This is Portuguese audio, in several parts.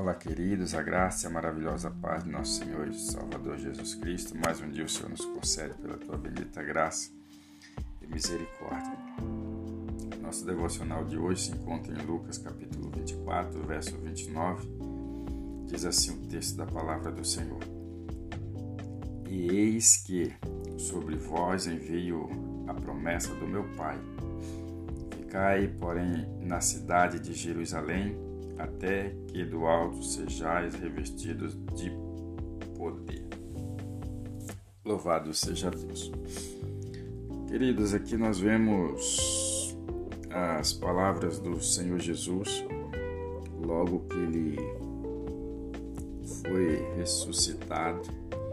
Olá, queridos, a graça e a maravilhosa paz de nosso Senhor e Salvador Jesus Cristo. Mais um dia o Senhor nos concede pela tua bendita graça e misericórdia. Nosso devocional de hoje se encontra em Lucas capítulo 24, verso 29. Diz assim o texto da palavra do Senhor: E eis que sobre vós envio a promessa do meu Pai. Ficai, porém, na cidade de Jerusalém, até que do alto sejais revestidos de poder. Louvado seja Deus. Queridos, aqui nós vemos as palavras do Senhor Jesus, logo que Ele foi ressuscitado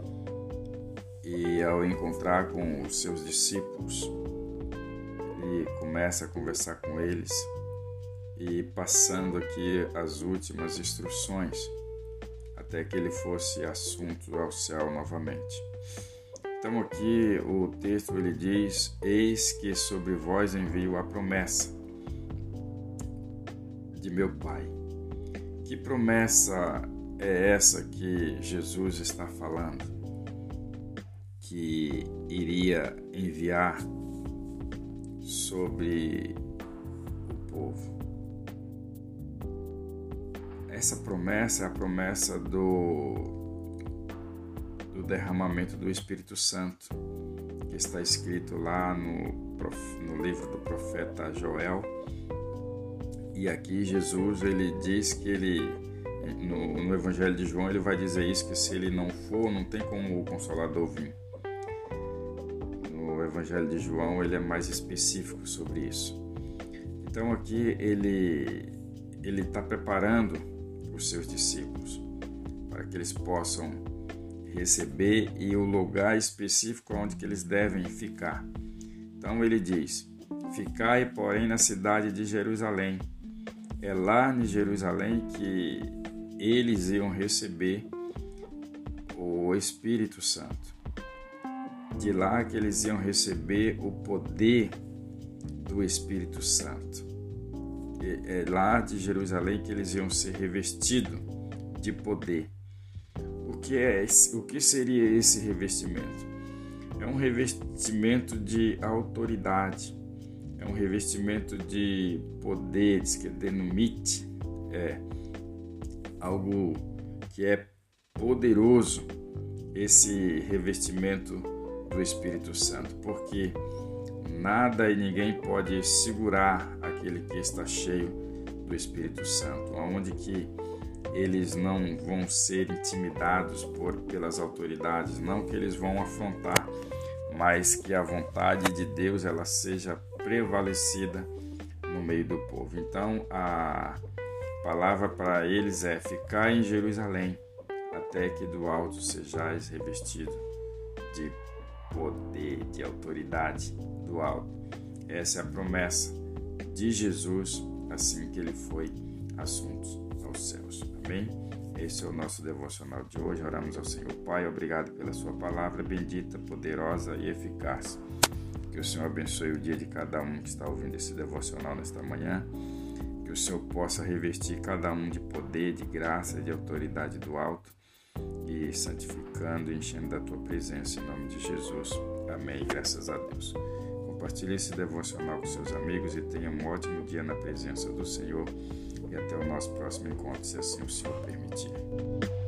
e ao encontrar com os seus discípulos, Ele começa a conversar com eles e passando aqui as últimas instruções até que ele fosse assunto ao céu novamente. Então aqui o texto ele diz: eis que sobre vós envio a promessa de meu Pai. Que promessa é essa que Jesus está falando? Que iria enviar sobre o povo. Essa promessa é a promessa do derramamento do Espírito Santo, que está escrito lá no livro do profeta Joel. E aqui Jesus ele diz que no Evangelho de João ele vai dizer isso, que se ele não for, não tem como o Consolador vir. No Evangelho de João ele é mais específico sobre isso. Então aqui ele está preparando os seus discípulos para que eles possam receber e o lugar específico onde que eles devem ficar. Então ele diz: ficai, porém, na cidade de Jerusalém. É lá em Jerusalém que eles iam receber o Espírito Santo. De lá que eles iam receber o poder do Espírito Santo. É lá de Jerusalém que eles iam ser revestidos de poder. O que seria esse revestimento? É um revestimento de autoridade, é um revestimento de poderes, que denumite, é algo que é poderoso, esse revestimento do Espírito Santo, porque nada e ninguém pode segurar aquele que está cheio do Espírito Santo, onde que eles não vão ser intimidados pelas autoridades, não que eles vão afrontar, mas que a vontade de Deus ela seja prevalecida no meio do povo. Então a palavra para eles é: ficar em Jerusalém, até que do alto sejais revestido de poder, de autoridade do alto. Essa é a promessa de Jesus assim que ele foi assunto aos céus. Amém? Esse é o nosso devocional de hoje. Oramos ao Senhor. Pai, obrigado pela sua palavra bendita, poderosa e eficaz. Que o Senhor abençoe o dia de cada um que está ouvindo esse devocional nesta manhã. Que o Senhor possa revestir cada um de poder, de graça e de autoridade do alto, e santificando e enchendo da tua presença, em nome de Jesus. Amém. Graças a Deus. Compartilhe esse devocional com seus amigos e tenha um ótimo dia na presença do Senhor. E até o nosso próximo encontro, se assim o Senhor permitir.